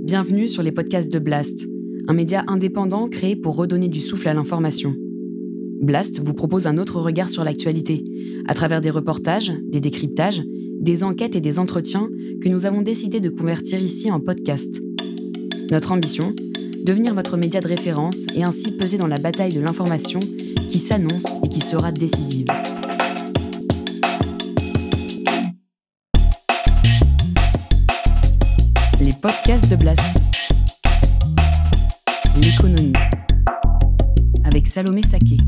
Bienvenue sur les podcasts de Blast, un média indépendant créé pour redonner du souffle à l'information. Blast vous propose un autre regard sur l'actualité, à travers des reportages, des décryptages, des enquêtes et des entretiens que nous avons décidé de convertir ici en podcast. Notre ambition, devenir votre média de référence et ainsi peser dans la bataille de l'information qui s'annonce et qui sera décisive. Les podcasts de Blast. L'économie. Avec Salomé Saké.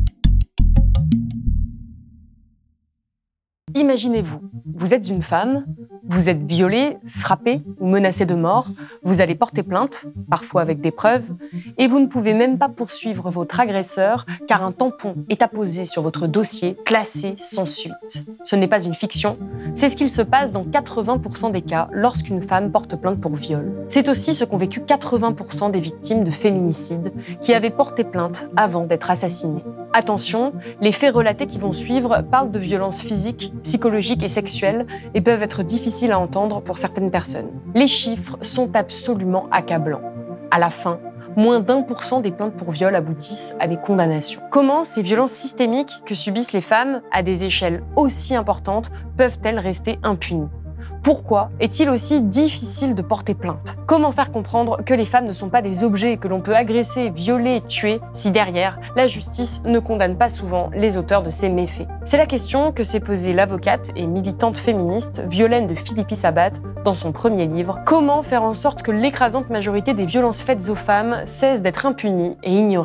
Imaginez-vous, vous êtes une femme, vous êtes violée, frappée ou menacée de mort, vous allez porter plainte, parfois avec des preuves, et vous ne pouvez même pas poursuivre votre agresseur car un tampon est apposé sur votre dossier, classé sans suite. Ce n'est pas une fiction, c'est ce qu'il se passe dans 80% des cas lorsqu'une femme porte plainte pour viol. C'est aussi ce qu'ont vécu 80% des victimes de féminicide qui avaient porté plainte avant d'être assassinées. Attention, les faits relatés qui vont suivre parlent de violences physiques, psychologiques et sexuelles et peuvent être difficiles à entendre pour certaines personnes. Les chiffres sont absolument accablants. À la fin, moins d'1% des plaintes pour viol aboutissent à des condamnations. Comment ces violences systémiques que subissent les femmes à des échelles aussi importantes peuvent-elles rester impunies ? Pourquoi est-il aussi difficile de porter plainte ? Comment faire comprendre que les femmes ne sont pas des objets que l'on peut agresser, violer, tuer si derrière, la justice ne condamne pas souvent les auteurs de ces méfaits ? C'est la question que s'est posée l'avocate et militante féministe Violaine de Philippi-Sabat dans son premier livre « Comment faire en sorte que l'écrasante majorité des violences faites aux femmes cessent d'être impunies et ignorées ?»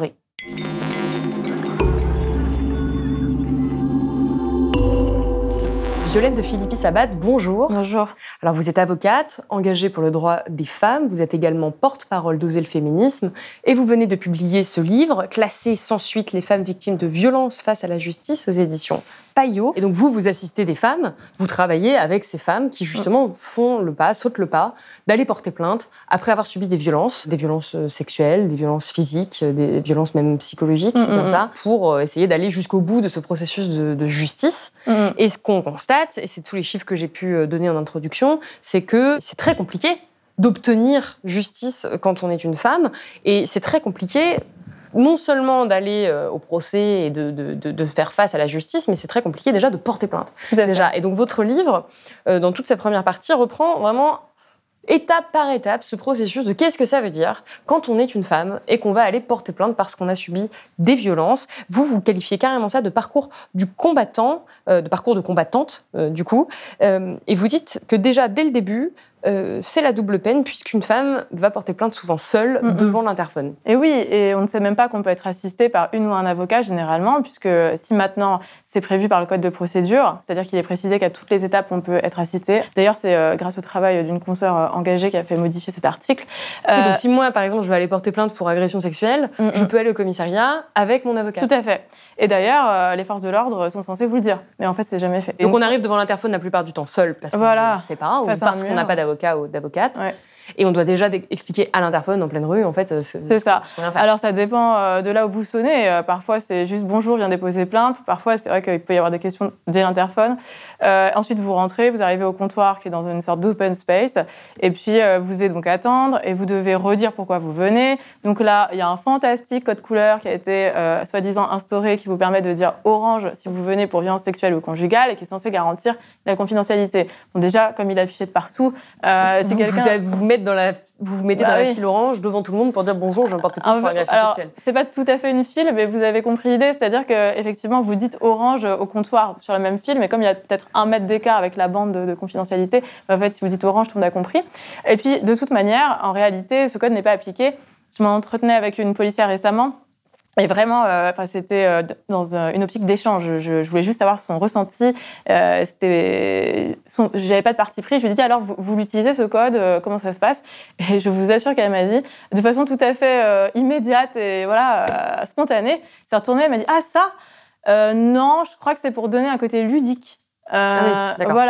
Violaine de Philippi-Sabat, bonjour. Bonjour. Alors vous êtes avocate, engagée pour le droit des femmes, vous êtes également porte-parole d'Oser le féminisme et vous venez de publier ce livre, classé sans suite les femmes victimes de violences face à la justice aux éditions Payot. Et donc vous assistez des femmes, vous travaillez avec ces femmes qui justement font le pas, sautent le pas, d'aller porter plainte après avoir subi des violences sexuelles, des violences physiques, des violences même psychologiques, c'est bien ça, pour essayer d'aller jusqu'au bout de ce processus de justice. Et ce qu'on constate, et c'est tous les chiffres que j'ai pu donner en introduction, c'est que c'est très compliqué d'obtenir justice quand on est une femme, et c'est très compliqué non seulement d'aller au procès et de faire face à la justice, mais c'est très compliqué déjà de porter plainte. Déjà. Et donc votre livre, dans toute sa première partie, reprend vraiment étape par étape ce processus de qu'est-ce que ça veut dire quand on est une femme et qu'on va aller porter plainte parce qu'on a subi des violences. Vous qualifiez carrément ça de parcours du combattant, de parcours de combattante, du coup. Et vous dites que déjà, dès le début, c'est la double peine puisqu'une femme va porter plainte souvent seule devant l'interphone. Et oui, et on ne sait même pas qu'on peut être assisté par une ou un avocat généralement, puisque si maintenant c'est prévu par le code de procédure, c'est-à-dire qu'il est précisé qu'à toutes les étapes on peut être assisté. D'ailleurs, c'est grâce au travail d'une consoeur engagée qui a fait modifier cet article. Et donc si moi, par exemple, je veux aller porter plainte pour agression sexuelle, je peux aller au commissariat avec mon avocat. Tout à fait. Et d'ailleurs, les forces de l'ordre sont censées vous le dire, mais en fait, c'est jamais fait. Donc on arrive devant l'interphone la plupart du temps seul parce qu'on ne sait pas, ou parce qu'on n'a pas d'avocat ou d'avocate. Ouais. Et on doit déjà expliquer à l'interphone en pleine rue, en fait, c'est ça. Ce qu'on vient faire. Alors ça dépend de là où vous sonnez. Parfois c'est juste bonjour, je viens déposer plainte. Parfois c'est vrai qu'il peut y avoir des questions dès l'interphone. Ensuite vous rentrez, vous arrivez au comptoir qui est dans une sorte d'open space. Et puis vous devez donc attendre et vous devez redire pourquoi vous venez. Donc là il y a un fantastique code couleur qui a été soi-disant instauré qui vous permet de dire orange si vous venez pour violence sexuelle ou conjugale et qui est censé garantir la confidentialité. Bon déjà comme il est affiché de partout, si quelqu'un vous vous mettez dans la file orange devant tout le monde pour dire bonjour, je viens porter plainte pour agression sexuelle. C'est pas tout à fait une file, mais vous avez compris l'idée, c'est-à-dire que effectivement vous dites orange au comptoir sur la même file, mais comme il y a peut-être 1 mètre d'écart avec la bande de confidentialité, en fait si vous dites orange, tout le monde a compris. Et puis de toute manière, en réalité, ce code n'est pas appliqué. Je m'entretenais avec une policière récemment. Et vraiment, c'était dans une optique d'échange. Je voulais juste savoir son ressenti. J'avais pas de parti pris. Je lui ai dit alors, vous l'utilisez ce code comment ça se passe ? Et je vous assure qu'elle m'a dit, de façon tout à fait immédiate et spontanée, elle s'est retournée, elle m'a dit ça, non, je crois que c'est pour donner un côté ludique. Ah oui, d'accord. Voilà.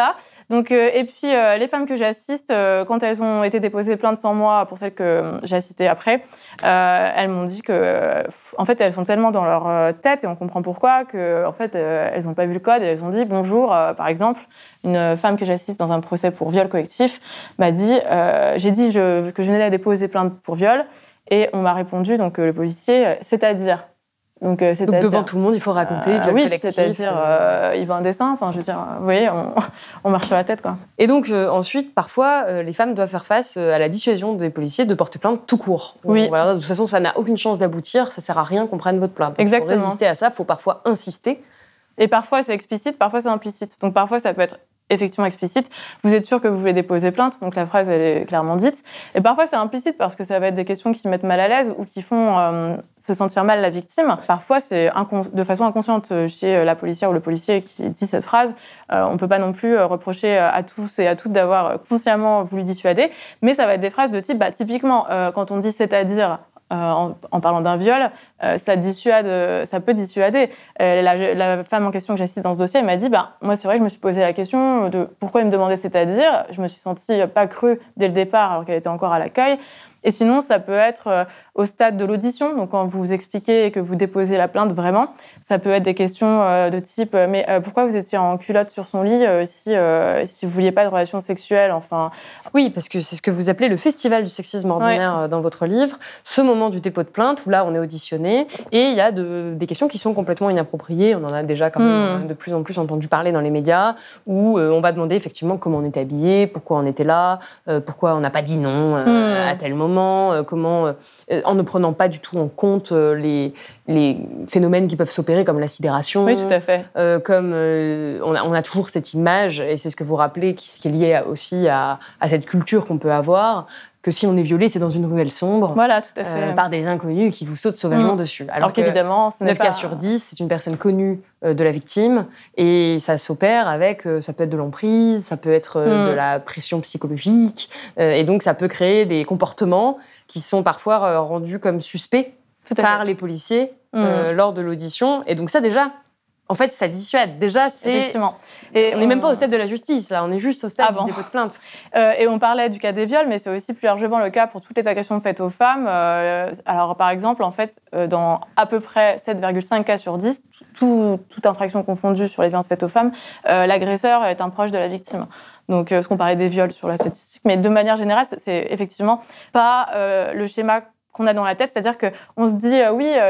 Donc, et puis, les femmes que j'assiste, quand elles ont été déposées plainte sans moi, pour celles que j'ai assistées après, elles m'ont dit que, en fait, elles sont tellement dans leur tête, et on comprend pourquoi, que, en fait, elles n'ont pas vu le code, et elles ont dit bonjour. Par exemple, une femme que j'assiste dans un procès pour viol collectif m'a dit, j'ai dit que je venais à déposer plainte pour viol, et on m'a répondu, donc le policier, c'est-à-dire. Donc devant tout le monde, il faut raconter viol collectif. C'est-à-dire, il veut un dessin. Enfin, je veux dire, vous voyez, on marche sur la tête, quoi. Et donc, ensuite, parfois, les femmes doivent faire face à la dissuasion des policiers de porter plainte tout court. Oui. Donc, voilà, de toute façon, ça n'a aucune chance d'aboutir. Ça sert à rien qu'on prenne votre plainte. Exactement. Il faut résister à ça. Il faut parfois insister. Et parfois, c'est explicite, parfois, c'est implicite. Donc, parfois, ça peut être effectivement explicite. Vous êtes sûr que vous voulez déposer plainte, donc la phrase, elle est clairement dite. Et parfois, c'est implicite parce que ça va être des questions qui mettent mal à l'aise ou qui font se sentir mal la victime. Parfois, c'est de façon inconsciente chez la policière ou le policier qui dit cette phrase. On ne peut pas non plus reprocher à tous et à toutes d'avoir consciemment voulu dissuader, mais ça va être des phrases de type, typiquement, quand on dit « c'est-à-dire », en parlant d'un viol, ça dissuade, ça peut dissuader. La femme en question que j'assiste dans ce dossier, elle m'a dit, moi c'est vrai que je me suis posé la question de pourquoi il me demandait c'est-à-dire. Je me suis sentie pas crue dès le départ alors qu'elle était encore à l'accueil. Et sinon, ça peut être au stade de l'audition, donc quand vous expliquez et que vous déposez la plainte vraiment, ça peut être des questions de type mais pourquoi vous étiez en culotte sur son lit si vous vouliez pas de relations sexuelles, enfin. Oui, parce que c'est ce que vous appelez le festival du sexisme ordinaire dans votre livre, ce moment du dépôt de plainte où là on est auditionné et il y a des questions qui sont complètement inappropriées. On en a déjà quand même de plus en plus entendu parler dans les médias où on va demander effectivement comment on était habillé, pourquoi on était là, pourquoi on n'a pas dit non à tel moment. Comment, en ne prenant pas du tout en compte les phénomènes qui peuvent s'opérer comme la sidération. Oui, tout à fait. On a toujours cette image, et c'est ce que vous rappelez, qui est lié aussi à cette culture qu'on peut avoir, que si on est violé, c'est dans une ruelle sombre, voilà, tout à fait. par des inconnus qui vous sautent sauvagement dessus. Alors qu'évidemment, ce n'est 9 cas sur 10, c'est une personne connue de la victime, et ça s'opère avec, ça peut être de l'emprise, ça peut être de la pression psychologique, et donc ça peut créer des comportements qui sont parfois rendus comme suspects par les policiers lors de l'audition. Et donc ça déjà, en fait, ça dissuade. Déjà, c'est... Effectivement. Et on n'est même pas au stade de la justice, là. On est juste au stade du dépôt de plainte. Et on parlait du cas des viols, mais c'est aussi plus largement le cas pour toutes les agressions faites aux femmes. Alors, par exemple, en fait, dans à peu près 7,5 cas sur 10, toute infraction confondue sur les violences faites aux femmes, l'agresseur est un proche de la victime. Donc, ce qu'on parlait des viols sur la statistique. Mais de manière générale, c'est effectivement pas le schéma qu'on a dans la tête, c'est-à-dire qu'on se dit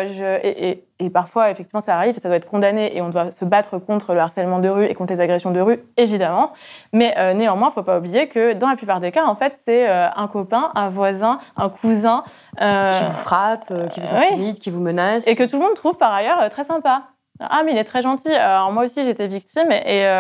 et parfois effectivement ça arrive, ça doit être condamné et on doit se battre contre le harcèlement de rue et contre les agressions de rue, évidemment, mais néanmoins il ne faut pas oublier que dans la plupart des cas en fait c'est un copain, un voisin, un cousin qui vous frappe, qui vous intimide, qui vous menace et que tout le monde trouve par ailleurs très sympa. Ah mais il est très gentil. Alors moi aussi j'étais victime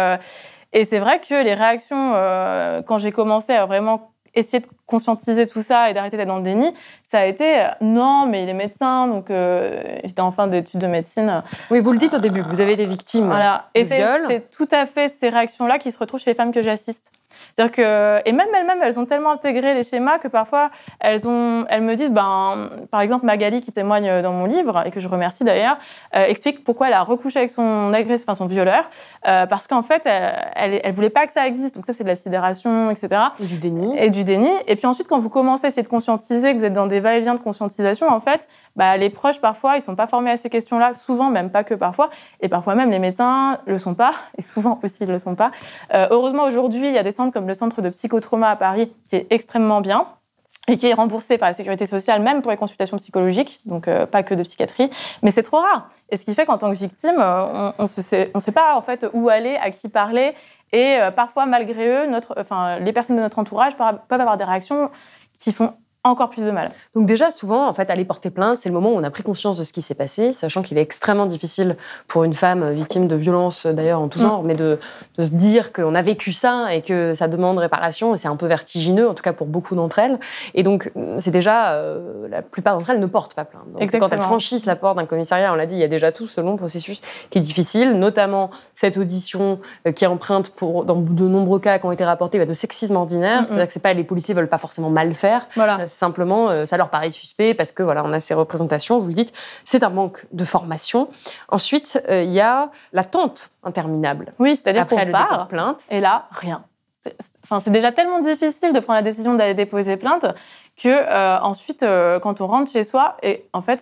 et c'est vrai que les réactions quand j'ai commencé à vraiment essayer de conscientiser tout ça et d'arrêter d'être dans le déni, ça a été non, mais il est médecin, donc j'étais en fin d'études de médecine. Oui, vous le dites au début, vous avez des victimes de viol. C'est tout à fait ces réactions-là qui se retrouvent chez les femmes que j'assiste. C'est-à-dire que, et même elles-mêmes, elles ont tellement intégré les schémas que parfois, elles me disent, par exemple, Magali, qui témoigne dans mon livre, et que je remercie d'ailleurs, explique pourquoi elle a recouché avec son agresseur, enfin son violeur, parce qu'en fait, elle voulait pas que ça existe. Donc ça, c'est de la sidération, etc. Et du déni. Et puis ensuite, quand vous commencez à essayer de conscientiser, que vous êtes dans des va-et-vient de conscientisation, en fait, les proches, parfois, ils sont pas formés à ces questions-là, souvent, même pas que parfois, et parfois même les médecins le sont pas, et souvent aussi ils le sont pas. Heureusement, aujourd'hui, il y a des centres comme le centre de psychotrauma à Paris, qui est extrêmement bien, et qui est remboursé par la sécurité sociale, même pour les consultations psychologiques, donc pas que de psychiatrie, mais c'est trop rare. Et ce qui fait qu'en tant que victime, on sait pas en fait où aller, à qui parler, et parfois malgré eux, les personnes de notre entourage peuvent avoir des réactions qui font encore plus de mal. Donc déjà, souvent, en fait, aller porter plainte, c'est le moment où on a pris conscience de ce qui s'est passé, sachant qu'il est extrêmement difficile pour une femme victime de violences, d'ailleurs, en tout genre, mais de se dire qu'on a vécu ça et que ça demande réparation, et c'est un peu vertigineux, en tout cas pour beaucoup d'entre elles. Et donc, c'est déjà, la plupart d'entre elles ne portent pas plainte. Donc, quand elles franchissent la porte d'un commissariat, on l'a dit, il y a déjà tout ce long processus qui est difficile, notamment cette audition qui est empreinte, dans de nombreux cas qui ont été rapportés, de sexisme ordinaire. C'est-à-dire que c'est pas, les policiers veulent pas forcément mal faire. Voilà. Simplement, ça leur paraît suspect parce que voilà, on a ces représentations, vous le dites, c'est un manque de formation. Ensuite, il y a l'attente interminable. Oui, c'est-à-dire après qu'on le part, dépôt de plainte. Et là, rien. c'est déjà tellement difficile de prendre la décision d'aller déposer plainte que ensuite, quand on rentre chez soi, et en fait,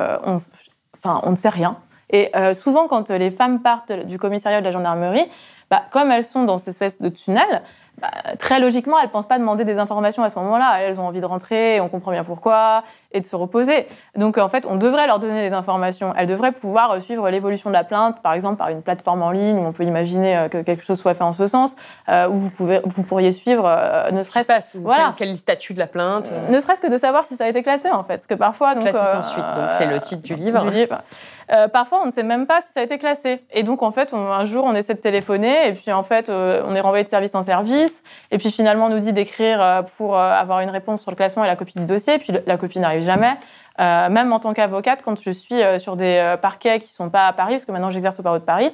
on ne sait rien. Et souvent, quand les femmes partent du commissariat ou de la gendarmerie, comme elles sont dans cette espèce de tunnel, très logiquement, elles ne pensent pas demander des informations à ce moment-là. Elles ont envie de rentrer, on comprend bien pourquoi, et de se reposer. Donc, en fait, on devrait leur donner des informations. Elles devraient pouvoir suivre l'évolution de la plainte, par exemple, par une plateforme en ligne, où on peut imaginer que quelque chose soit fait en ce sens, où vous pourriez suivre ne serait-ce... Ce qui se passe, voilà. Quel est le statut de la plainte Ne serait-ce que de savoir si ça a été classé, en fait. Parce que parfois... Classé sans suite, donc c'est le titre du livre. Parfois, on ne sait même pas si ça a été classé. Et donc, en fait, un jour, on essaie de téléphoner, et puis, en fait, on est renvoyé de service en service, et puis, finalement, on nous dit d'écrire pour avoir une réponse sur le classement et la copie du dossier, et puis la copie n'arrive jamais. Même en tant qu'avocate, quand je suis sur des parquets qui ne sont pas à Paris, parce que maintenant, j'exerce au barreau de Paris,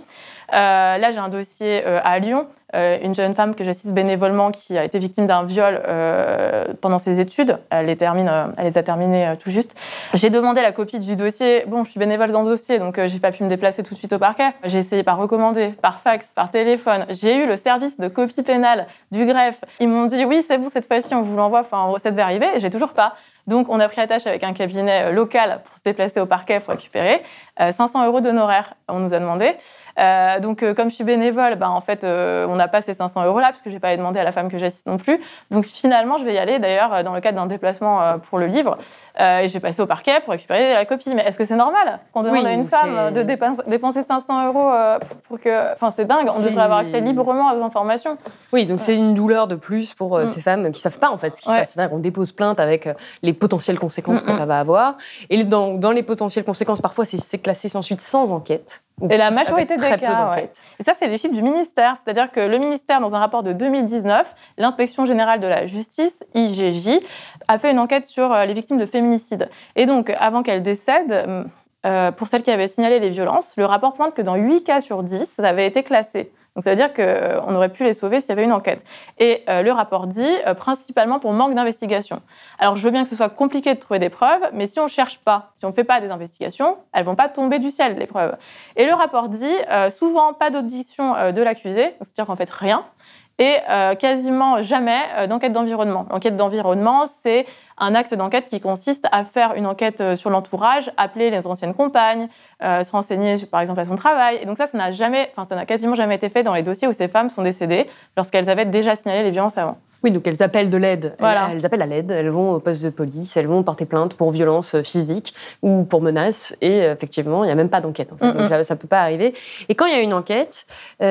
là, j'ai un dossier à Lyon, une jeune femme que j'assiste bénévolement qui a été victime d'un viol pendant ses études. Elle les a terminées tout juste. J'ai demandé la copie du dossier. Bon, je suis bénévole dans ce dossier, donc j'ai pas pu me déplacer tout de suite au parquet. J'ai essayé par recommandé, par fax, par téléphone. J'ai eu le service de copie pénale du greffe. Ils m'ont dit oui, c'est bon, cette fois-ci, on vous l'envoie. Enfin, ça devait arriver. Et j'ai toujours pas. Donc, on a pris attache avec un cabinet local pour se déplacer au parquet pour récupérer. 500 € d'honoraires, on nous a demandé. Donc, comme je suis bénévole, en fait, on n'a pas ces 500 € là, parce que je n'ai pas demandé à la femme que j'assiste non plus. Donc, finalement, je vais y aller, d'ailleurs, dans le cadre d'un déplacement pour le livre. Et je vais passer au parquet pour récupérer la copie. Mais est-ce que c'est normal qu'on demande à une femme de dépenser 500 € pour que... Enfin, c'est dingue, on devrait avoir accès librement aux informations. Oui, donc c'est une douleur de plus pour ces femmes qui ne savent pas, en fait, ce qui se passe. C'est-à-dire qu'on dépose plainte avec les potentielles conséquences que ça va avoir. Et dans les potentielles conséquences, parfois, c'est classé sans suite, sans enquête. Et la majorité des très peu cas, d'enquête. Et ça, c'est les chiffres du ministère. C'est-à-dire que le ministère, dans un rapport de 2019, l'Inspection générale de la justice, IGJ, a fait une enquête sur les victimes de féminicide. Et donc, avant qu'elles décèdent, pour celles qui avaient signalé les violences, le rapport pointe que dans 8 cas sur 10, ça avait été classé. Donc, ça veut dire qu'on aurait pu les sauver s'il y avait une enquête. Et le rapport dit, principalement pour manque d'investigation. Alors, je veux bien que ce soit compliqué de trouver des preuves, mais si on ne cherche pas, si on ne fait pas des investigations, elles ne vont pas tomber du ciel, les preuves. Et le rapport dit, souvent, pas d'audition de l'accusé, c'est-à-dire qu'en fait, rien, et quasiment jamais d'enquête d'environnement. L'enquête d'environnement, c'est un acte d'enquête qui consiste à faire une enquête sur l'entourage, appeler les anciennes compagnes, se renseigner par exemple à son travail. Et donc ça n'a quasiment jamais été fait dans les dossiers où ces femmes sont décédées lorsqu'elles avaient déjà signalé les violences avant. Oui, donc elles appellent de l'aide. Voilà. Elles appellent à l'aide, elles vont au poste de police, elles vont porter plainte pour violence physique ou pour menace. Et effectivement, il n'y a même pas d'enquête. En fait. Donc ça ne peut pas arriver. Et quand il y a une enquête,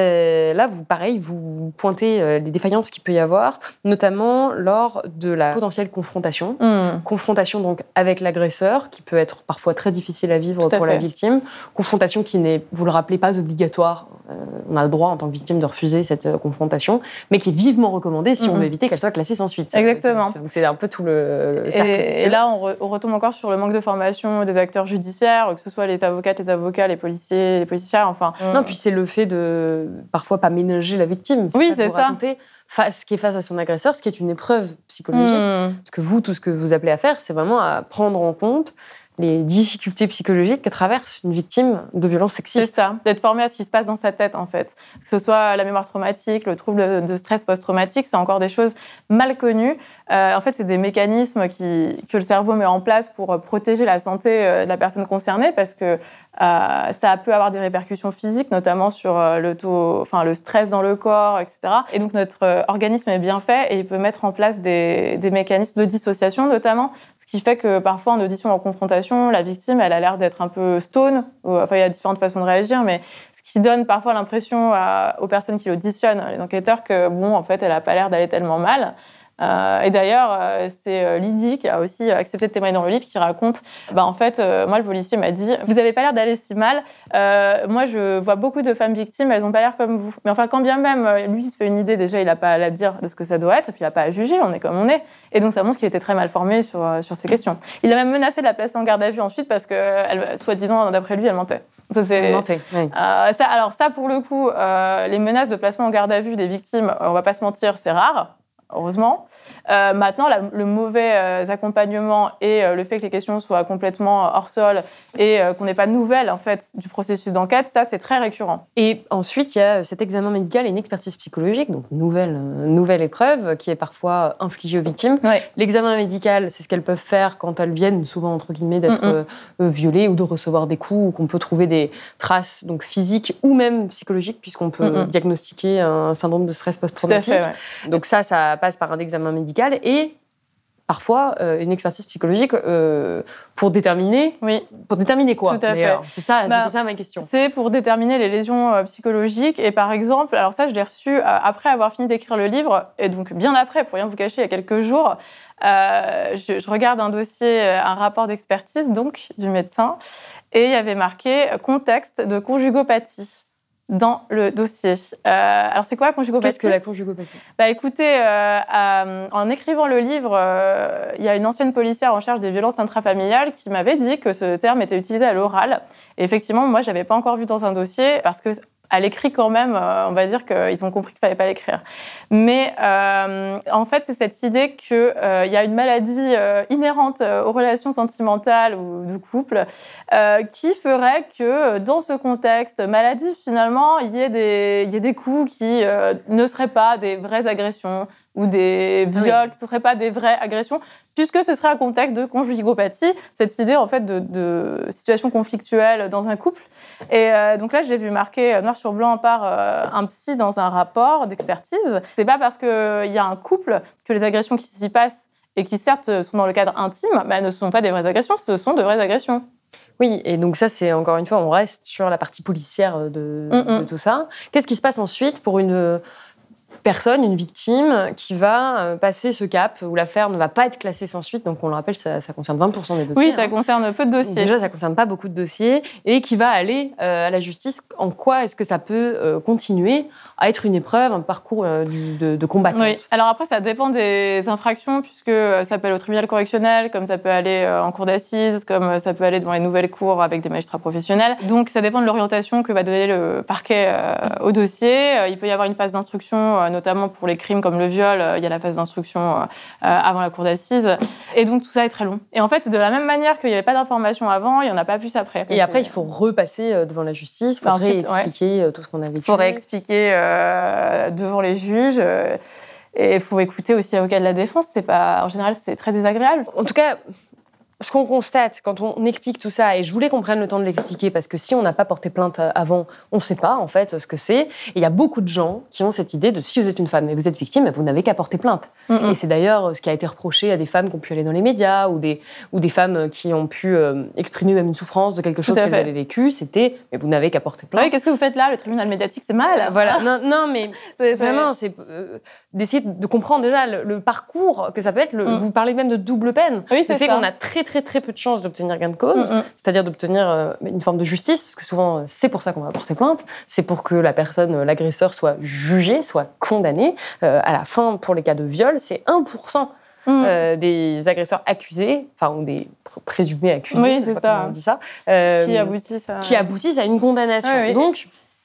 là, vous pointez les défaillances qu'il peut y avoir, notamment lors de la potentielle confrontation. Confrontation donc avec l'agresseur, qui peut être parfois très difficile à vivre pour la victime. Confrontation qui n'est, vous le rappelez, pas obligatoire. On a le droit en tant que victime de refuser cette confrontation, mais qui est vivement recommandée si on veut éviter qu'elle soit classée sans suite. Exactement. C'est un peu tout le cercle. Et là, on retombe encore sur le manque de formation des acteurs judiciaires, que ce soit les avocates, les avocats, les policiers, les policières, enfin... Non, puis c'est le fait de parfois pas ménager la victime. Oui, c'est ça. Raconter ce qui est face à son agresseur, ce qui est une épreuve psychologique. Parce que vous, tout ce que vous appelez à faire, c'est vraiment à prendre en compte les difficultés psychologiques que traverse une victime de violences sexistes. C'est ça, d'être formé à ce qui se passe dans sa tête, en fait. Que ce soit la mémoire traumatique, le trouble de stress post-traumatique, c'est encore des choses mal connues. En fait, c'est des mécanismes que le cerveau met en place pour protéger la santé de la personne concernée, parce que ça peut avoir des répercussions physiques, notamment sur le stress dans le corps, etc. Et donc, notre organisme est bien fait et il peut mettre en place des mécanismes de dissociation, notamment, ce qui fait que parfois, en audition ou en confrontation, la victime, elle a l'air d'être un peu stone. Enfin, il y a différentes façons de réagir, mais ce qui donne parfois l'impression aux personnes qui l'auditionnent, les enquêteurs, que bon, en fait, elle n'a pas l'air d'aller tellement mal. Et d'ailleurs, c'est Lydie qui a aussi accepté de témoigner dans le livre, qui raconte, en fait, moi, le policier m'a dit « Vous n'avez pas l'air d'aller si mal. Moi, je vois beaucoup de femmes victimes, elles n'ont pas l'air comme vous. » Mais enfin, quand bien même, lui, il se fait une idée, déjà, il n'a pas à la dire de ce que ça doit être, et puis il n'a pas à juger, on est comme on est. Et donc, ça montre qu'il était très mal formé sur ces questions. Il a même menacé de la placer en garde à vue ensuite, parce que, soi-disant, d'après lui, elle mentait. Elle mentait, oui. Alors ça, pour le coup, les menaces de placement en garde à vue des victimes, on ne va pas se mentir, c'est rare. heureusement. Maintenant, le mauvais accompagnement et le fait que les questions soient complètement hors sol et qu'on n'ait pas de nouvelles en fait, du processus d'enquête, ça, c'est très récurrent. Et ensuite, il y a cet examen médical et une expertise psychologique, donc nouvelle épreuve qui est parfois infligée aux victimes. Ouais. L'examen médical, c'est ce qu'elles peuvent faire quand elles viennent, souvent entre guillemets, d'être violées ou de recevoir des coups, ou qu'on peut trouver des traces donc physiques ou même psychologiques, puisqu'on peut diagnostiquer un syndrome de stress post-traumatique. Tout à fait, ouais. Donc ça passe par un examen médical et parfois une expertise psychologique pour déterminer quoi. Tout à fait. C'est ça ma question. C'est pour déterminer les lésions psychologiques. Et par exemple, alors ça, je l'ai reçu après avoir fini d'écrire le livre, et donc bien après, pour rien vous cacher, il y a quelques jours, je regarde un dossier, un rapport d'expertise donc du médecin, et il y avait marqué « contexte de conjugopathie ». Dans le dossier. Alors, c'est quoi la conjugopathie ? Qu'est-ce que la conjugopathie ? Écoutez, en écrivant le livre, il y a une ancienne policière en charge des violences intrafamiliales qui m'avait dit que ce terme était utilisé à l'oral. Et effectivement, moi, je n'avais pas encore vu dans un dossier parce que à l'écrit, quand même, on va dire qu'ils ont compris qu'il ne fallait pas l'écrire. Mais en fait, c'est cette idée qu'il y a une maladie inhérente aux relations sentimentales ou de couple qui ferait que, dans ce contexte maladif, finalement, il y ait des coups qui ne seraient pas des vraies agressions ou des viols qui ne seraient pas des vraies agressions, puisque ce serait un contexte de conjugopathie, cette idée en fait de situation conflictuelle dans un couple. Et donc là, je l'ai vu marqué noir sur blanc par un psy dans un rapport d'expertise. C'est pas parce qu'il y a un couple que les agressions qui s'y passent et qui certes sont dans le cadre intime, mais elles ne sont pas des vraies agressions, ce sont de vraies agressions. Oui, et donc ça, c'est encore une fois, on reste sur la partie policière de tout ça. Qu'est-ce qui se passe ensuite pour une personne, une victime, qui va passer ce cap où l'affaire ne va pas être classée sans suite. Donc, on le rappelle, ça concerne 20% des dossiers. Oui, ça concerne peu de dossiers. Déjà, ça concerne pas beaucoup de dossiers. Et qui va aller à la justice. En quoi est-ce que ça peut continuer à être une épreuve, un parcours de combattante ? Oui. Alors après, ça dépend des infractions, puisque ça peut aller au tribunal correctionnel, comme ça peut aller en cour d'assises, comme ça peut aller devant les nouvelles cours avec des magistrats professionnels. Donc, ça dépend de l'orientation que va donner le parquet au dossier. Il peut y avoir une phase d'instruction, notamment pour les crimes comme le viol, il y a la phase d'instruction avant la cour d'assises. Et donc, tout ça est très long. Et en fait, de la même manière qu'il n'y avait pas d'informations avant, il n'y en a pas plus après. Et après, il faut repasser devant la justice, il faut réexpliquer tout ce qu'on a vécu. Il faut réexpliquer devant les juges. Et il faut écouter aussi l'avocat de la défense. En général, c'est très désagréable. En tout cas, ce qu'on constate quand on explique tout ça, et je voulais qu'on prenne le temps de l'expliquer, parce que si on n'a pas porté plainte avant, on ne sait pas en fait ce que c'est. Et il y a beaucoup de gens qui ont cette idée de si vous êtes une femme et vous êtes victime, vous n'avez qu'à porter plainte. Et c'est d'ailleurs ce qui a été reproché à des femmes qui ont pu aller dans les médias ou des femmes qui ont pu exprimer même une souffrance de quelque chose qu'elles avaient vécu. C'était mais vous n'avez qu'à porter plainte. Oui, qu'est-ce que vous faites là ? Le tribunal médiatique, c'est mal. Voilà. Non, mais vraiment, c'est d'essayer de comprendre déjà le parcours que ça peut être. Vous parlez même de double peine. Oui, le fait qu'on a très peu de chances d'obtenir gain de cause, c'est-à-dire d'obtenir une forme de justice, parce que souvent, c'est pour ça qu'on va porter plainte, c'est pour que la personne, l'agresseur, soit jugé, soit condamné. À la fin, pour les cas de viol, c'est 1% des agresseurs accusés, enfin, ou des présumés accusés, oui, c'est ça. On dit ça, qui aboutissent à une condamnation. Oui. Donc,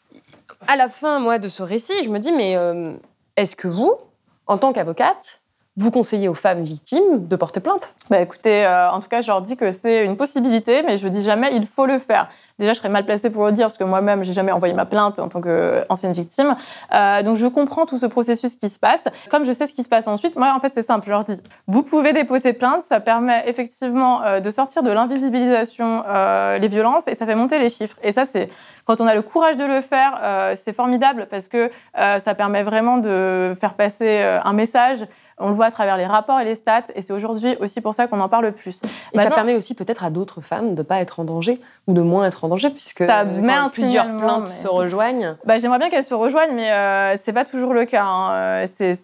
à la fin, moi, de ce récit, je me dis, mais est-ce que vous, en tant qu'avocate, vous conseillez aux femmes victimes de porter plainte ? Écoutez, en tout cas, je leur dis que c'est une possibilité, mais je dis jamais il faut le faire. Déjà, je serais mal placée pour le dire, parce que moi-même, j'ai jamais envoyé ma plainte en tant qu'ancienne victime. Donc, je comprends tout ce processus qui se passe. Comme je sais ce qui se passe ensuite, moi, en fait, c'est simple. Je leur dis, vous pouvez déposer plainte, ça permet effectivement de sortir de l'invisibilisation les violences, et ça fait monter les chiffres. Et ça, c'est quand on a le courage de le faire, c'est formidable, parce que ça permet vraiment de faire passer un message. On le voit à travers les rapports et les stats, et c'est aujourd'hui aussi pour ça qu'on en parle plus. Et ça permet aussi peut-être à d'autres femmes de ne pas être en danger, ou de moins être en danger, puisque ça met plusieurs plaintes se rejoignent. J'aimerais bien qu'elles se rejoignent, mais c'est pas toujours le cas. Hein.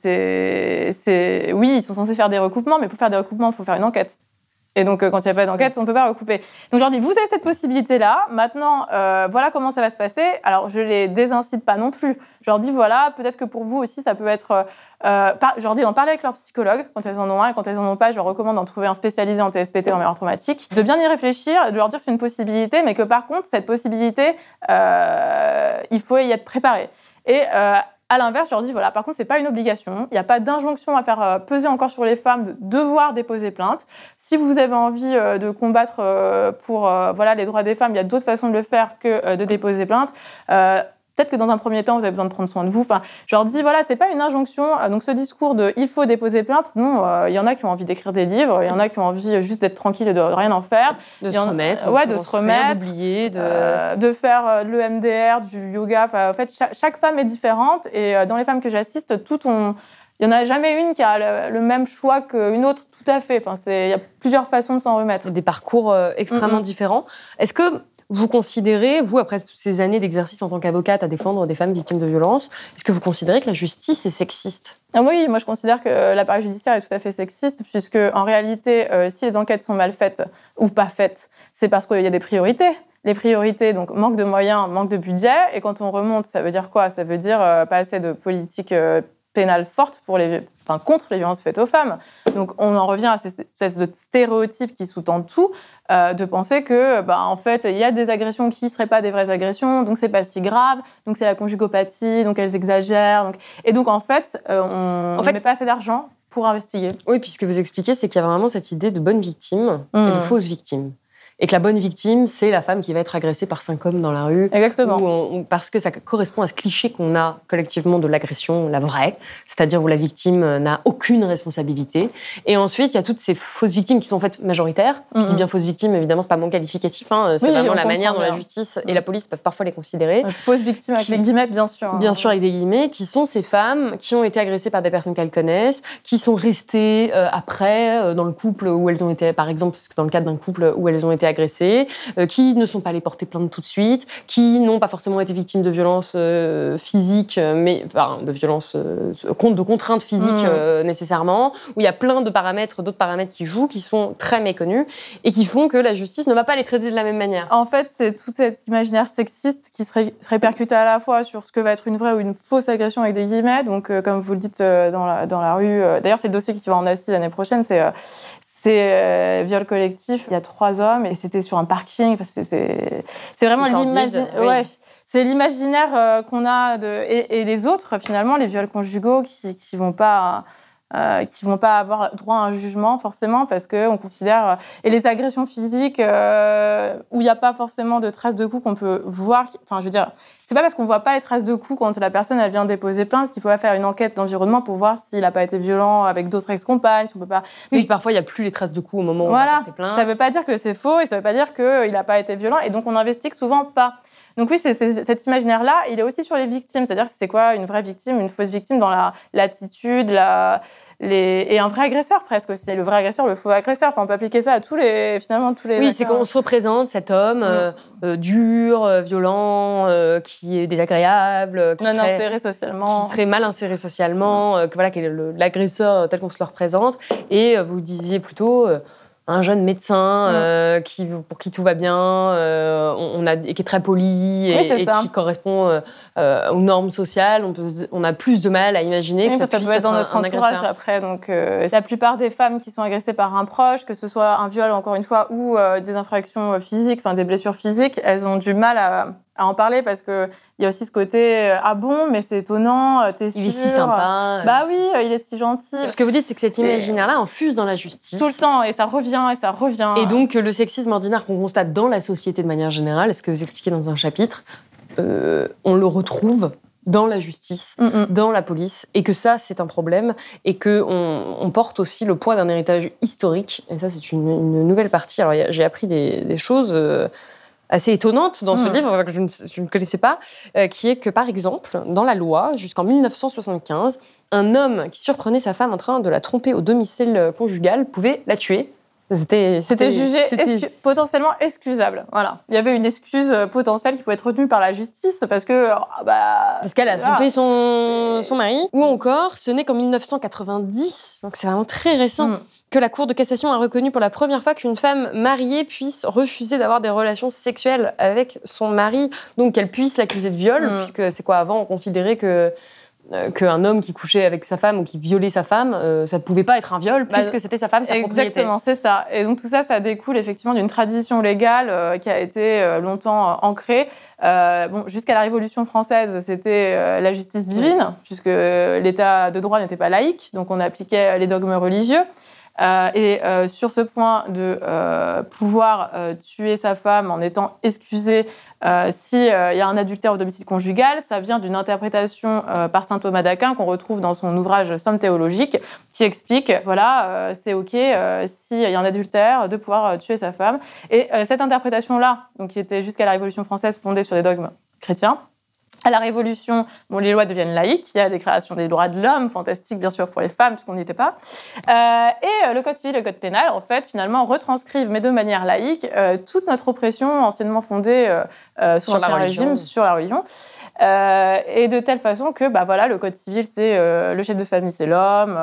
Oui, ils sont censés faire des recoupements, mais pour faire des recoupements, il faut faire une enquête. Et donc, quand il n'y a pas d'enquête, on ne peut pas recouper. Donc, je leur dis, vous avez cette possibilité-là. Maintenant, voilà comment ça va se passer. Alors, je ne les désincite pas non plus. Je leur dis, voilà, peut-être que pour vous aussi, ça peut être... je leur dis d'en parler avec leur psychologue, quand elles en ont un. Et quand elles n'en ont pas, je leur recommande d'en trouver un spécialisé en TSPT, en mémoire traumatique. De bien y réfléchir, de leur dire que c'est une possibilité, mais que par contre, cette possibilité, il faut y être préparé. Et À l'inverse, je leur dis, voilà, par contre, c'est pas une obligation. Il n'y a pas d'injonction à faire peser encore sur les femmes de devoir déposer plainte. Si vous avez envie de combattre pour les droits des femmes, il y a d'autres façons de le faire que de déposer plainte. Peut-être que dans un premier temps, vous avez besoin de prendre soin de vous. Enfin, je leur dis, voilà, c'est pas une injonction. Donc, ce discours de « il faut déposer plainte », non, il y en a qui ont envie d'écrire des livres, il y en a qui ont envie juste d'être tranquille et de rien en faire. De se remettre, d'oublier. De faire de l'EMDR, du yoga. Enfin, en fait, chaque femme est différente. Et dans les femmes que j'assiste, il n'y en a jamais une qui a le même choix qu'une autre, tout à fait. Enfin, il y a plusieurs façons de s'en remettre. Des parcours extrêmement différents. Est-ce que vous considérez, vous, après toutes ces années d'exercice en tant qu'avocate à défendre des femmes victimes de violences, est-ce que vous considérez que la justice est sexiste ? Oui, moi je considère que l'appareil judiciaire est tout à fait sexiste, puisque en réalité, si les enquêtes sont mal faites ou pas faites, c'est parce qu'il y a des priorités. Les priorités, donc manque de moyens, manque de budget. Et quand on remonte, ça veut dire quoi ? Ça veut dire pas assez de politique pénale forte contre les violences faites aux femmes. Donc on en revient à ces espèces de stéréotypes qui sous-tendent tout, de penser que en fait il y a des agressions qui ne seraient pas des vraies agressions, donc c'est pas si grave, donc c'est la conjugopathie, donc elles exagèrent. Donc en fait on ne met pas assez d'argent pour investiguer. Oui, puisque vous expliquez, c'est qu'il y a vraiment cette idée de bonne victime et de fausse victime. Et que la bonne victime, c'est la femme qui va être agressée par 5 hommes dans la rue. Exactement. Parce que ça correspond à ce cliché qu'on a collectivement de l'agression, la vraie, c'est-à-dire où la victime n'a aucune responsabilité. Et ensuite, il y a toutes ces fausses victimes qui sont en fait majoritaires. Je dis bien fausses victimes, évidemment, c'est pas mon qualificatif. C'est vraiment la manière dont la justice et la police peuvent parfois les considérer. Fausses victimes avec des guillemets, bien sûr. Bien sûr, avec des guillemets, qui sont ces femmes qui ont été agressées par des personnes qu'elles connaissent, qui sont restées après dans le couple où elles ont été, par exemple, dans le cadre d'un couple où elles ont été agressées, qui ne sont pas allées porter plainte tout de suite, qui n'ont pas forcément été victimes de violences physiques, mais de violences, de contraintes physiques nécessairement, où il y a plein de paramètres, d'autres paramètres qui jouent, qui sont très méconnus et qui font que la justice ne va pas les traiter de la même manière. En fait, c'est tout cet imaginaire sexiste qui se répercute à la fois sur ce que va être une vraie ou une fausse agression avec des guillemets. Donc, comme vous le dites dans la rue, d'ailleurs, c'est le dossier qui va en assise l'année prochaine, c'est viol collectif. Il y a 3 hommes et c'était sur un parking. Enfin, c'est vraiment c'est l'imaginaire qu'on a et les autres finalement, les viols conjugaux qui vont pas avoir droit à un jugement forcément parce que on considère et les agressions physiques où il n'y a pas forcément de traces de coups qu'on peut voir. Enfin, je veux dire, c'est pas parce qu'on voit pas les traces de coups quand la personne elle vient déposer plainte qu'il faut faire une enquête d'environnement pour voir s'il n'a pas été violent avec d'autres ex-compagnes. Si on peut pas. Oui, parfois il y a plus les traces de coups au moment où on va porter plainte. Ça veut pas dire que c'est faux et ça veut pas dire qu'il n'a pas été violent et donc on investigue souvent pas. Donc oui, c'est cet imaginaire-là. Il est aussi sur les victimes, c'est-à-dire c'est quoi une vraie victime, une fausse victime dans l'attitude, et un vrai agresseur presque aussi. Le vrai agresseur, le faux agresseur. Enfin, on peut appliquer ça à tous les. Oui, c'est qu'on se représente cet homme dur, violent, qui est désagréable, qui serait mal inséré socialement, qui est l'agresseur tel qu'on se le représente. Et vous disiez plutôt un jeune médecin pour qui tout va bien, qui est très poli et qui correspond aux normes sociales. On a plus de mal à imaginer que ça puisse peut être dans notre entourage agresseur. après. Donc, la plupart des femmes qui sont agressées par un proche, que ce soit un viol encore une fois ou des infractions physiques, enfin des blessures physiques, elles ont du mal à en parler parce que il y a aussi ce côté ah bon mais c'est étonnant, t'es sûre, il est si sympa, oui il est si gentil. Ce que vous dites c'est que cet imaginaire-là infuse dans la justice tout le temps et ça revient et donc le sexisme ordinaire qu'on constate dans la société de manière générale, est-ce que vous expliquez dans un chapitre, on le retrouve dans la justice, dans la police, et que ça, c'est un problème, et qu'on porte aussi le poids d'un héritage historique. Et ça, c'est une nouvelle partie. Alors, j'ai appris des choses assez étonnante dans ce livre, que je ne connaissais pas, qui est que, par exemple, dans la loi, jusqu'en 1975, un homme qui surprenait sa femme en train de la tromper au domicile conjugal pouvait la tuer. C'était jugé potentiellement excusable. Voilà. Il y avait une excuse potentielle qui pouvait être retenue par la justice parce qu'elle a trompé son mari. Ou encore, ce n'est qu'en 1990, donc c'est vraiment très récent, que la Cour de cassation a reconnu pour la première fois qu'une femme mariée puisse refuser d'avoir des relations sexuelles avec son mari, donc qu'elle puisse l'accuser de viol, puisque c'est quoi, avant on considérait que qu'un homme qui couchait avec sa femme ou qui violait sa femme, ça ne pouvait pas être un viol puisque c'était sa femme, sa propriété. Exactement, c'est ça. Et donc tout ça, ça découle effectivement d'une tradition légale qui a été longtemps ancrée. Jusqu'à la Révolution française, c'était la justice divine, puisque l'État de droit n'était pas laïque, donc on appliquait les dogmes religieux. Sur ce point de pouvoir tuer sa femme en étant excusé s'il y a un adultère au domicile conjugal, ça vient d'une interprétation par saint Thomas d'Aquin qu'on retrouve dans son ouvrage Somme théologique, qui explique, c'est OK s'il y a un adultère de pouvoir tuer sa femme. Et cette interprétation-là, donc, qui était jusqu'à la Révolution française fondée sur des dogmes chrétiens, à la Révolution, les lois deviennent laïques. Il y a la Déclaration des droits de l'homme, fantastique bien sûr pour les femmes, puisqu'on n'y était pas. Le Code civil et le Code pénal, en fait, finalement, retranscrivent, mais de manière laïque, toute notre oppression anciennement fondée sous l'Ancien Régime sur la religion. Et de telle façon que le Code civil, c'est le chef de famille, c'est l'homme,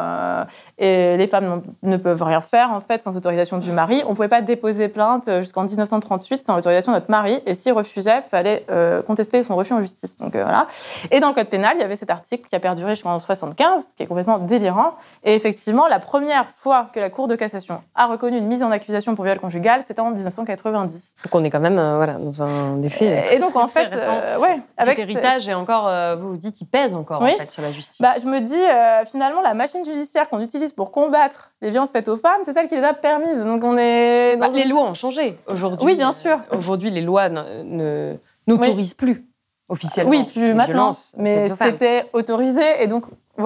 et les femmes ne peuvent rien faire, en fait, sans autorisation du mari. On ne pouvait pas déposer plainte jusqu'en 1938 sans autorisation de notre mari, et s'il refusait, il fallait contester son refus en justice. Donc, voilà. Et dans le Code pénal, il y avait cet article qui a perduré jusqu'en 1975, qui est complètement délirant. Et effectivement, la première fois que la Cour de cassation a reconnu une mise en accusation pour viol conjugal, c'était en 1990. Donc on est quand même dans un des faits et donc, en fait, avec cet héritage, et encore, vous dites, il pèse encore en fait, sur la justice. Je me dis, finalement, la machine judiciaire qu'on utilise pour combattre les violences faites aux femmes, c'est elle qui les a permises. Donc on est les lois ont changé aujourd'hui. Oui, bien sûr. Aujourd'hui, les lois n'autorisent plus officiellement. Oui, plus maintenant. Mais c'était autorisé, et donc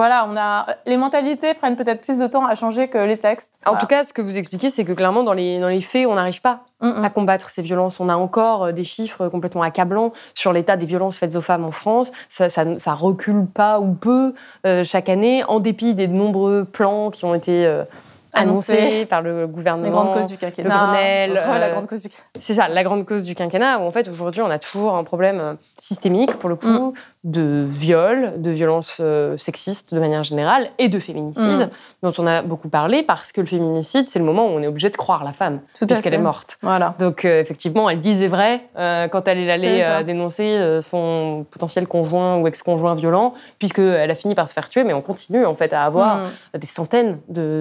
les mentalités prennent peut-être plus de temps à changer que les textes. En tout cas, ce que vous expliquez, c'est que clairement, dans les faits, on n'arrive pas à combattre ces violences. On a encore des chiffres complètement accablants sur l'état des violences faites aux femmes en France. Ça recule pas ou peu chaque année, en dépit des nombreux plans qui ont été annoncés par le gouvernement. Les grandes causes du quinquennat. Le Grenelle. La grande cause du quinquennat. C'est ça, la grande cause du quinquennat, où en fait, aujourd'hui, on a toujours un problème systémique, pour le coup, de viol, de violences sexistes de manière générale, et de féminicide, dont on a beaucoup parlé, parce que le féminicide, c'est le moment où on est obligé de croire la femme, puisqu'elle est morte. Voilà. Donc, effectivement, elle disait vrai quand elle allait dénoncer son potentiel conjoint ou ex-conjoint violent, puisqu'elle a fini par se faire tuer, mais on continue, en fait, à avoir des centaines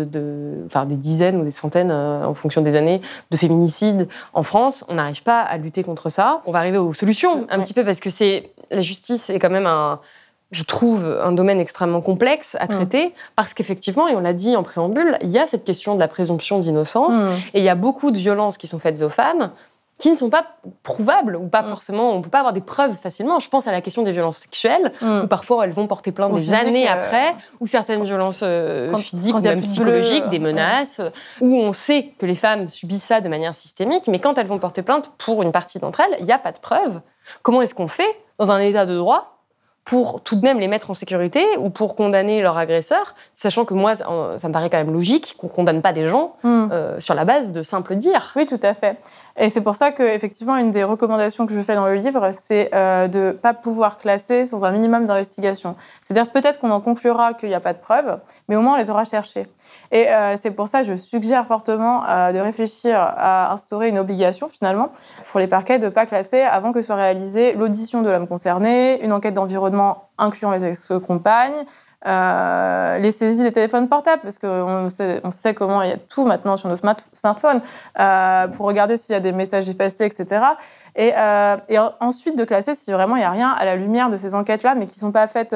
des dizaines ou des centaines, en fonction des années, de féminicides en France. On n'arrive pas à lutter contre ça. On va arriver aux solutions, un petit peu, parce que la justice est quand même je trouve, un domaine extrêmement complexe à traiter, parce qu'effectivement, et on l'a dit en préambule, il y a cette question de la présomption d'innocence, et il y a beaucoup de violences qui sont faites aux femmes qui ne sont pas prouvables, ou pas forcément, on ne peut pas avoir des preuves facilement. Je pense à la question des violences sexuelles, où parfois elles vont porter plainte des années après, ou certaines violences physiques ou même psychologiques, des menaces, où on sait que les femmes subissent ça de manière systémique, mais quand elles vont porter plainte, pour une partie d'entre elles, il n'y a pas de preuves. Comment est-ce qu'on fait, dans un état de droit, pour tout de même les mettre en sécurité ou pour condamner leur agresseur, sachant que moi, ça me paraît quand même logique qu'on ne condamne pas des gens sur la base de simples dires. Oui, tout à fait. Et c'est pour ça qu'effectivement, une des recommandations que je fais dans le livre, c'est de ne pas pouvoir classer sans un minimum d'investigation. C'est-à-dire peut-être qu'on en conclura qu'il n'y a pas de preuves, mais au moins on les aura cherchées. Et c'est pour ça que je suggère fortement de réfléchir à instaurer une obligation, finalement, pour les parquets de ne pas classer avant que soit réalisée l'audition de l'homme concerné, une enquête d'environnement incluant les ex-compagnes, les saisies des téléphones portables, parce qu'on sait comment il y a tout maintenant sur nos smartphones, pour regarder s'il y a des messages effacés, etc. Et ensuite de classer si vraiment il n'y a rien à la lumière de ces enquêtes-là, mais qui ne sont pas faites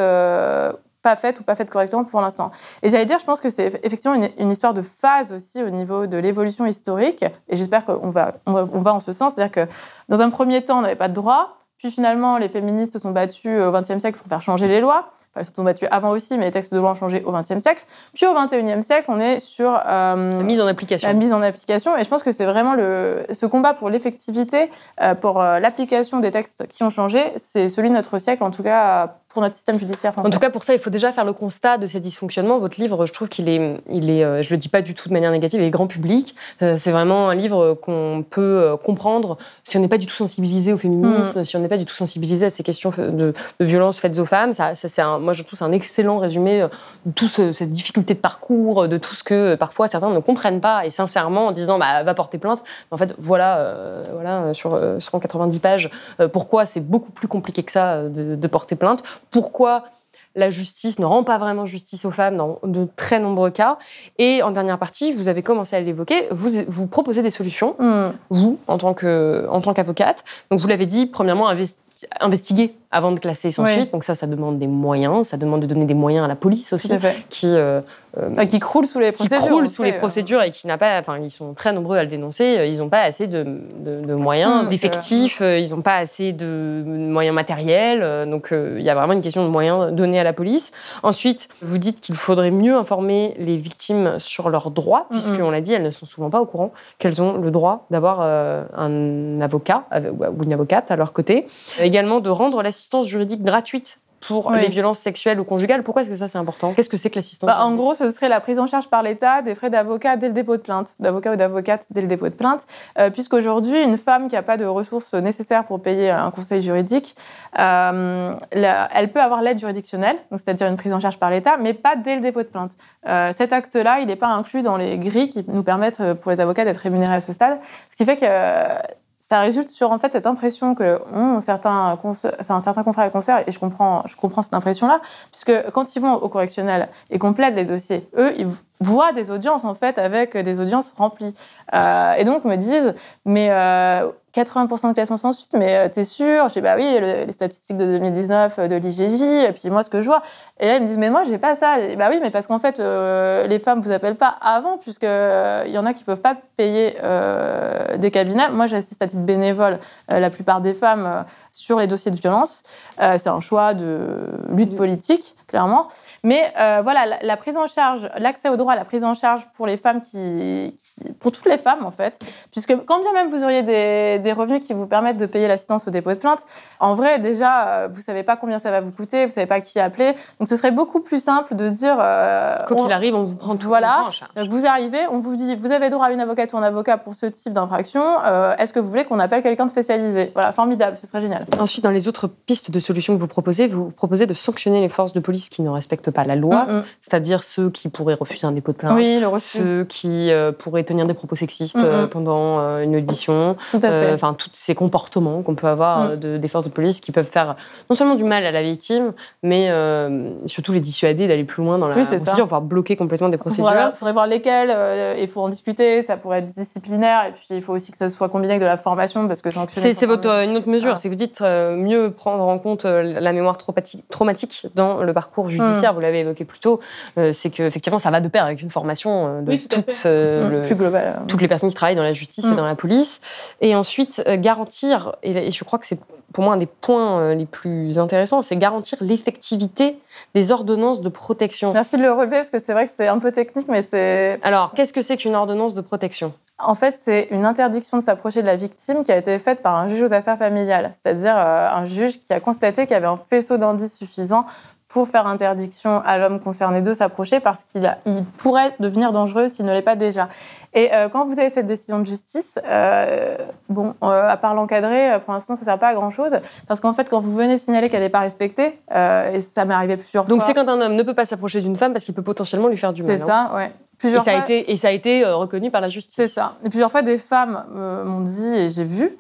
correctement pour l'instant. Et j'allais dire, je pense que c'est effectivement une histoire de phase aussi au niveau de l'évolution historique, et j'espère qu'on va en ce sens, c'est-à-dire que dans un premier temps, on n'avait pas de droit, puis finalement, les féministes se sont battues au XXe siècle pour faire changer les lois. Enfin, elles se sont battues avant aussi, mais les textes de loi ont changé au XXe siècle. Puis au XXIe siècle, on est sur la mise en application. Et je pense que c'est vraiment ce combat pour l'effectivité, pour l'application des textes qui ont changé, c'est celui de notre siècle, en tout cas pour notre système judiciaire français. En tout cas, pour ça, il faut déjà faire le constat de ces dysfonctionnements. Votre livre, je trouve qu'il est je le dis pas du tout de manière négative, il est grand public. C'est vraiment un livre qu'on peut comprendre si on n'est pas du tout sensibilisé au féminisme, si on n'est pas du tout sensibilisé à ces questions de violences faites aux femmes. Moi, je trouve c'est un excellent résumé de toute cette difficulté de parcours, de tout ce que parfois certains ne comprennent pas, et sincèrement en disant va porter plainte. En fait, voilà sur 190 pages, pourquoi c'est beaucoup plus compliqué que ça de porter plainte. Pourquoi la justice ne rend pas vraiment justice aux femmes dans de très nombreux cas. Et en dernière partie, vous avez commencé à l'évoquer, vous proposez des solutions, vous, en tant qu'avocate. Donc vous l'avez dit, premièrement, investiguer avant de classer sans suite. Donc ça demande des moyens, ça demande de donner des moyens à la police aussi, qui croule sous les procédures. Qui croule sous les procédures et qui n'a pas, ils sont très nombreux à le dénoncer. Ils n'ont pas assez de moyens, d'effectifs. Ils n'ont pas assez de moyens matériels. Donc il y a vraiment une question de moyens donnés à la police. Ensuite, vous dites qu'il faudrait mieux informer les victimes sur leurs droits, puisqu'on l'a dit, elles ne sont souvent pas au courant qu'elles ont le droit d'avoir un avocat ou une avocate à leur côté. Également de rendre l'assistance juridique gratuite pour les violences sexuelles ou conjugales. Pourquoi est-ce que ça, c'est important ? Qu'est-ce que c'est que l'assistance juridique ? En gros, ce serait la prise en charge par l'État des frais d'avocat dès le dépôt de plainte, d'avocat ou d'avocate dès le dépôt de plainte, puisqu'aujourd'hui, une femme qui n'a pas de ressources nécessaires pour payer un conseil juridique, elle peut avoir l'aide juridictionnelle, donc c'est-à-dire une prise en charge par l'État, mais pas dès le dépôt de plainte. Cet acte-là, il n'est pas inclus dans les grilles qui nous permettent, pour les avocats, d'être rémunérés à ce stade, ce qui fait que ça résulte sur en fait cette impression que certains confrères et consoeurs, et je comprends cette impression-là, puisque quand ils vont au correctionnel et qu'on plaide les dossiers, eux, ils voient des audiences en fait avec des audiences remplies, et donc me disent mais 80% de classement sans suite, mais t'es sûr ? Je dis oui, les statistiques de 2019 de l'IGJ, et puis moi ce que je vois. Et là ils me disent mais moi j'ai pas ça. Et oui, mais parce qu'en fait les femmes vous appellent pas avant, puisque il y en a qui peuvent pas payer des cabinets. Moi j'assiste à titre bénévole la plupart des femmes sur les dossiers de violence. C'est un choix de lutte politique clairement. Mais voilà, la prise en charge, l'accès au droit à la prise en charge pour les femmes pour toutes les femmes en fait, puisque quand bien même vous auriez des revenus qui vous permettent de payer l'assistance au dépôt de plainte, en vrai déjà vous savez pas combien ça va vous coûter, vous savez pas qui appeler, donc ce serait beaucoup plus simple de dire quand il arrive on vous prend tout en charge. Donc vous arrivez, on vous dit vous avez droit à une avocate ou un avocat pour ce type d'infraction, est-ce que vous voulez qu'on appelle quelqu'un de spécialisé ? Voilà, formidable, ce serait génial. Ensuite, dans les autres pistes de solutions que vous proposez de sanctionner les forces de police qui ne respectent pas la loi, c'est-à-dire ceux qui pourraient refuser un dépôt de plainte, ceux qui pourraient tenir des propos sexistes pendant une audition, tous ces comportements qu'on peut avoir des forces de police qui peuvent faire non seulement du mal à la victime, mais surtout les dissuader d'aller plus loin dans la procédure, voire bloquer complètement des procédures. Voilà, il faudrait voir lesquelles, il faut en discuter, ça pourrait être disciplinaire, et puis il faut aussi que ça soit combiné avec de la formation, parce que sanctionner... C'est une autre mesure, c'est que vous dites mieux prendre en compte la mémoire traumatique dans le parcours judiciaire, vous l'avez évoqué plus tôt, c'est qu'effectivement ça va de pair avec une formation de plus globale. Toutes les personnes qui travaillent dans la justice et dans la police. Et ensuite, garantir, et je crois que c'est pour moi un des points les plus intéressants, c'est garantir l'effectivité des ordonnances de protection. Merci de le relever, parce que c'est vrai que c'est un peu technique, mais c'est... Alors, qu'est-ce que c'est qu'une ordonnance de protection ? En fait, c'est une interdiction de s'approcher de la victime qui a été faite par un juge aux affaires familiales, c'est-à-dire un juge qui a constaté qu'il y avait un faisceau d'indices suffisant pour faire interdiction à l'homme concerné de s'approcher parce qu'il pourrait devenir dangereux s'il ne l'est pas déjà. Et quand vous avez cette décision de justice, à part l'encadrer, pour l'instant, ça ne sert pas à grand-chose. Parce qu'en fait, quand vous venez signaler qu'elle n'est pas respectée, et ça m'est arrivé plusieurs fois... Donc c'est quand un homme ne peut pas s'approcher d'une femme parce qu'il peut potentiellement lui faire du mal. C'est ça, ouais. Et ça a été reconnu par la justice. C'est ça. Et plusieurs fois, des femmes m'ont dit, et j'ai vu,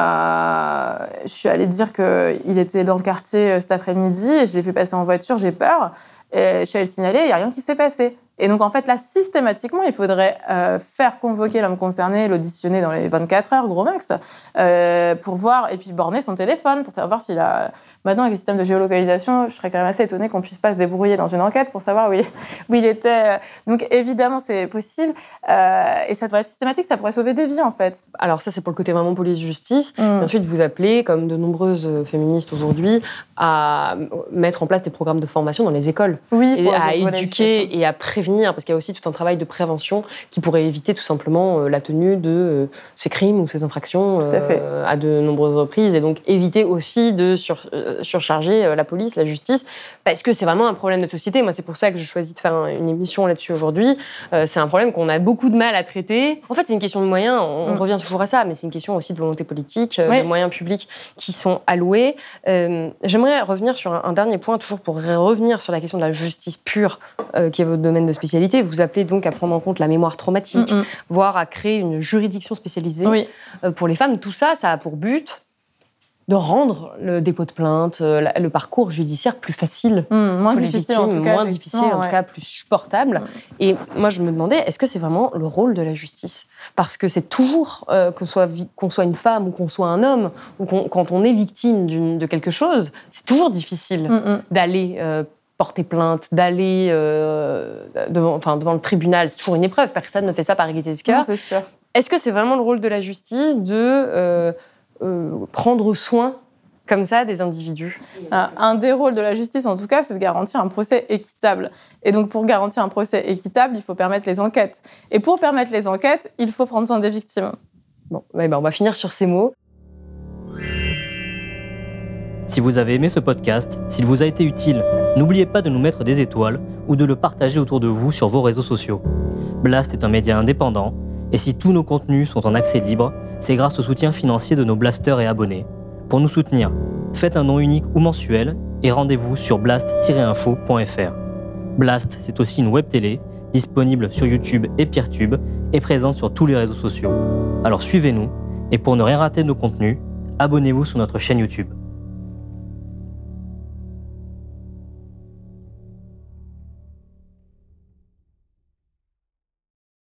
je suis allée dire qu'il était dans le quartier cet après-midi, et je l'ai fait passer en voiture, j'ai peur. Et je suis allée le signaler, il n'y a rien qui s'est passé. Et donc, en fait, là, systématiquement, il faudrait faire convoquer l'homme concerné, l'auditionner dans les 24 heures, gros max, pour voir, et puis borner son téléphone, pour savoir s'il a... Maintenant, avec le système de géolocalisation, je serais quand même assez étonnée qu'on ne puisse pas se débrouiller dans une enquête pour savoir où il était. Donc, évidemment, c'est possible. Et ça devrait être systématique, ça pourrait sauver des vies, en fait. Alors ça, c'est pour le côté vraiment police-justice. Ensuite, vous appelez, comme de nombreuses féministes aujourd'hui, à mettre en place des programmes de formation dans les écoles. Oui, et à éduquer et à prévenir, parce qu'il y a aussi tout un travail de prévention qui pourrait éviter tout simplement la tenue de ces crimes ou ces infractions à de nombreuses reprises, et donc éviter aussi de surcharger la police, la justice, parce que c'est vraiment un problème de société. Moi, c'est pour ça que je choisis de faire une émission là-dessus aujourd'hui. C'est un problème qu'on a beaucoup de mal à traiter. En fait, c'est une question de moyens, on revient toujours à ça, mais c'est une question aussi de volonté politique, de moyens publics qui sont alloués. J'aimerais revenir sur un dernier point, toujours pour revenir sur la question de la justice pure, qui est votre domaine de spécialité. Vous appelez donc à prendre en compte la mémoire traumatique, voire à créer une juridiction spécialisée pour les femmes. Tout ça, ça a pour but de rendre le dépôt de plainte, le parcours judiciaire plus facile Moins pour les difficile, victimes, en tout cas, moins difficile, en tout cas plus supportable. Et moi, je me demandais, est-ce que c'est vraiment le rôle de la justice ? Parce que c'est toujours, qu'on soit une femme ou qu'on soit un homme, ou quand on est victime de quelque chose, c'est toujours difficile d'aller porter plainte, d'aller devant le tribunal. C'est toujours une épreuve. Personne ne fait ça par gaieté de cœur. C'est sûr. Est-ce que c'est vraiment le rôle de la justice de prendre soin comme ça des individus ? Un des rôles de la justice, en tout cas, c'est de garantir un procès équitable. Et donc, pour garantir un procès équitable, il faut permettre les enquêtes. Et pour permettre les enquêtes, il faut prendre soin des victimes. Bon, on va finir sur ces mots. Si vous avez aimé ce podcast, s'il vous a été utile, n'oubliez pas de nous mettre des étoiles ou de le partager autour de vous sur vos réseaux sociaux. Blast est un média indépendant, et si tous nos contenus sont en accès libre, c'est grâce au soutien financier de nos blasters et abonnés. Pour nous soutenir, faites un don unique ou mensuel et rendez-vous sur blast-info.fr. Blast, c'est aussi une web télé, disponible sur YouTube et Peertube, et présente sur tous les réseaux sociaux. Alors suivez-nous, et pour ne rien rater de nos contenus, abonnez-vous sur notre chaîne YouTube.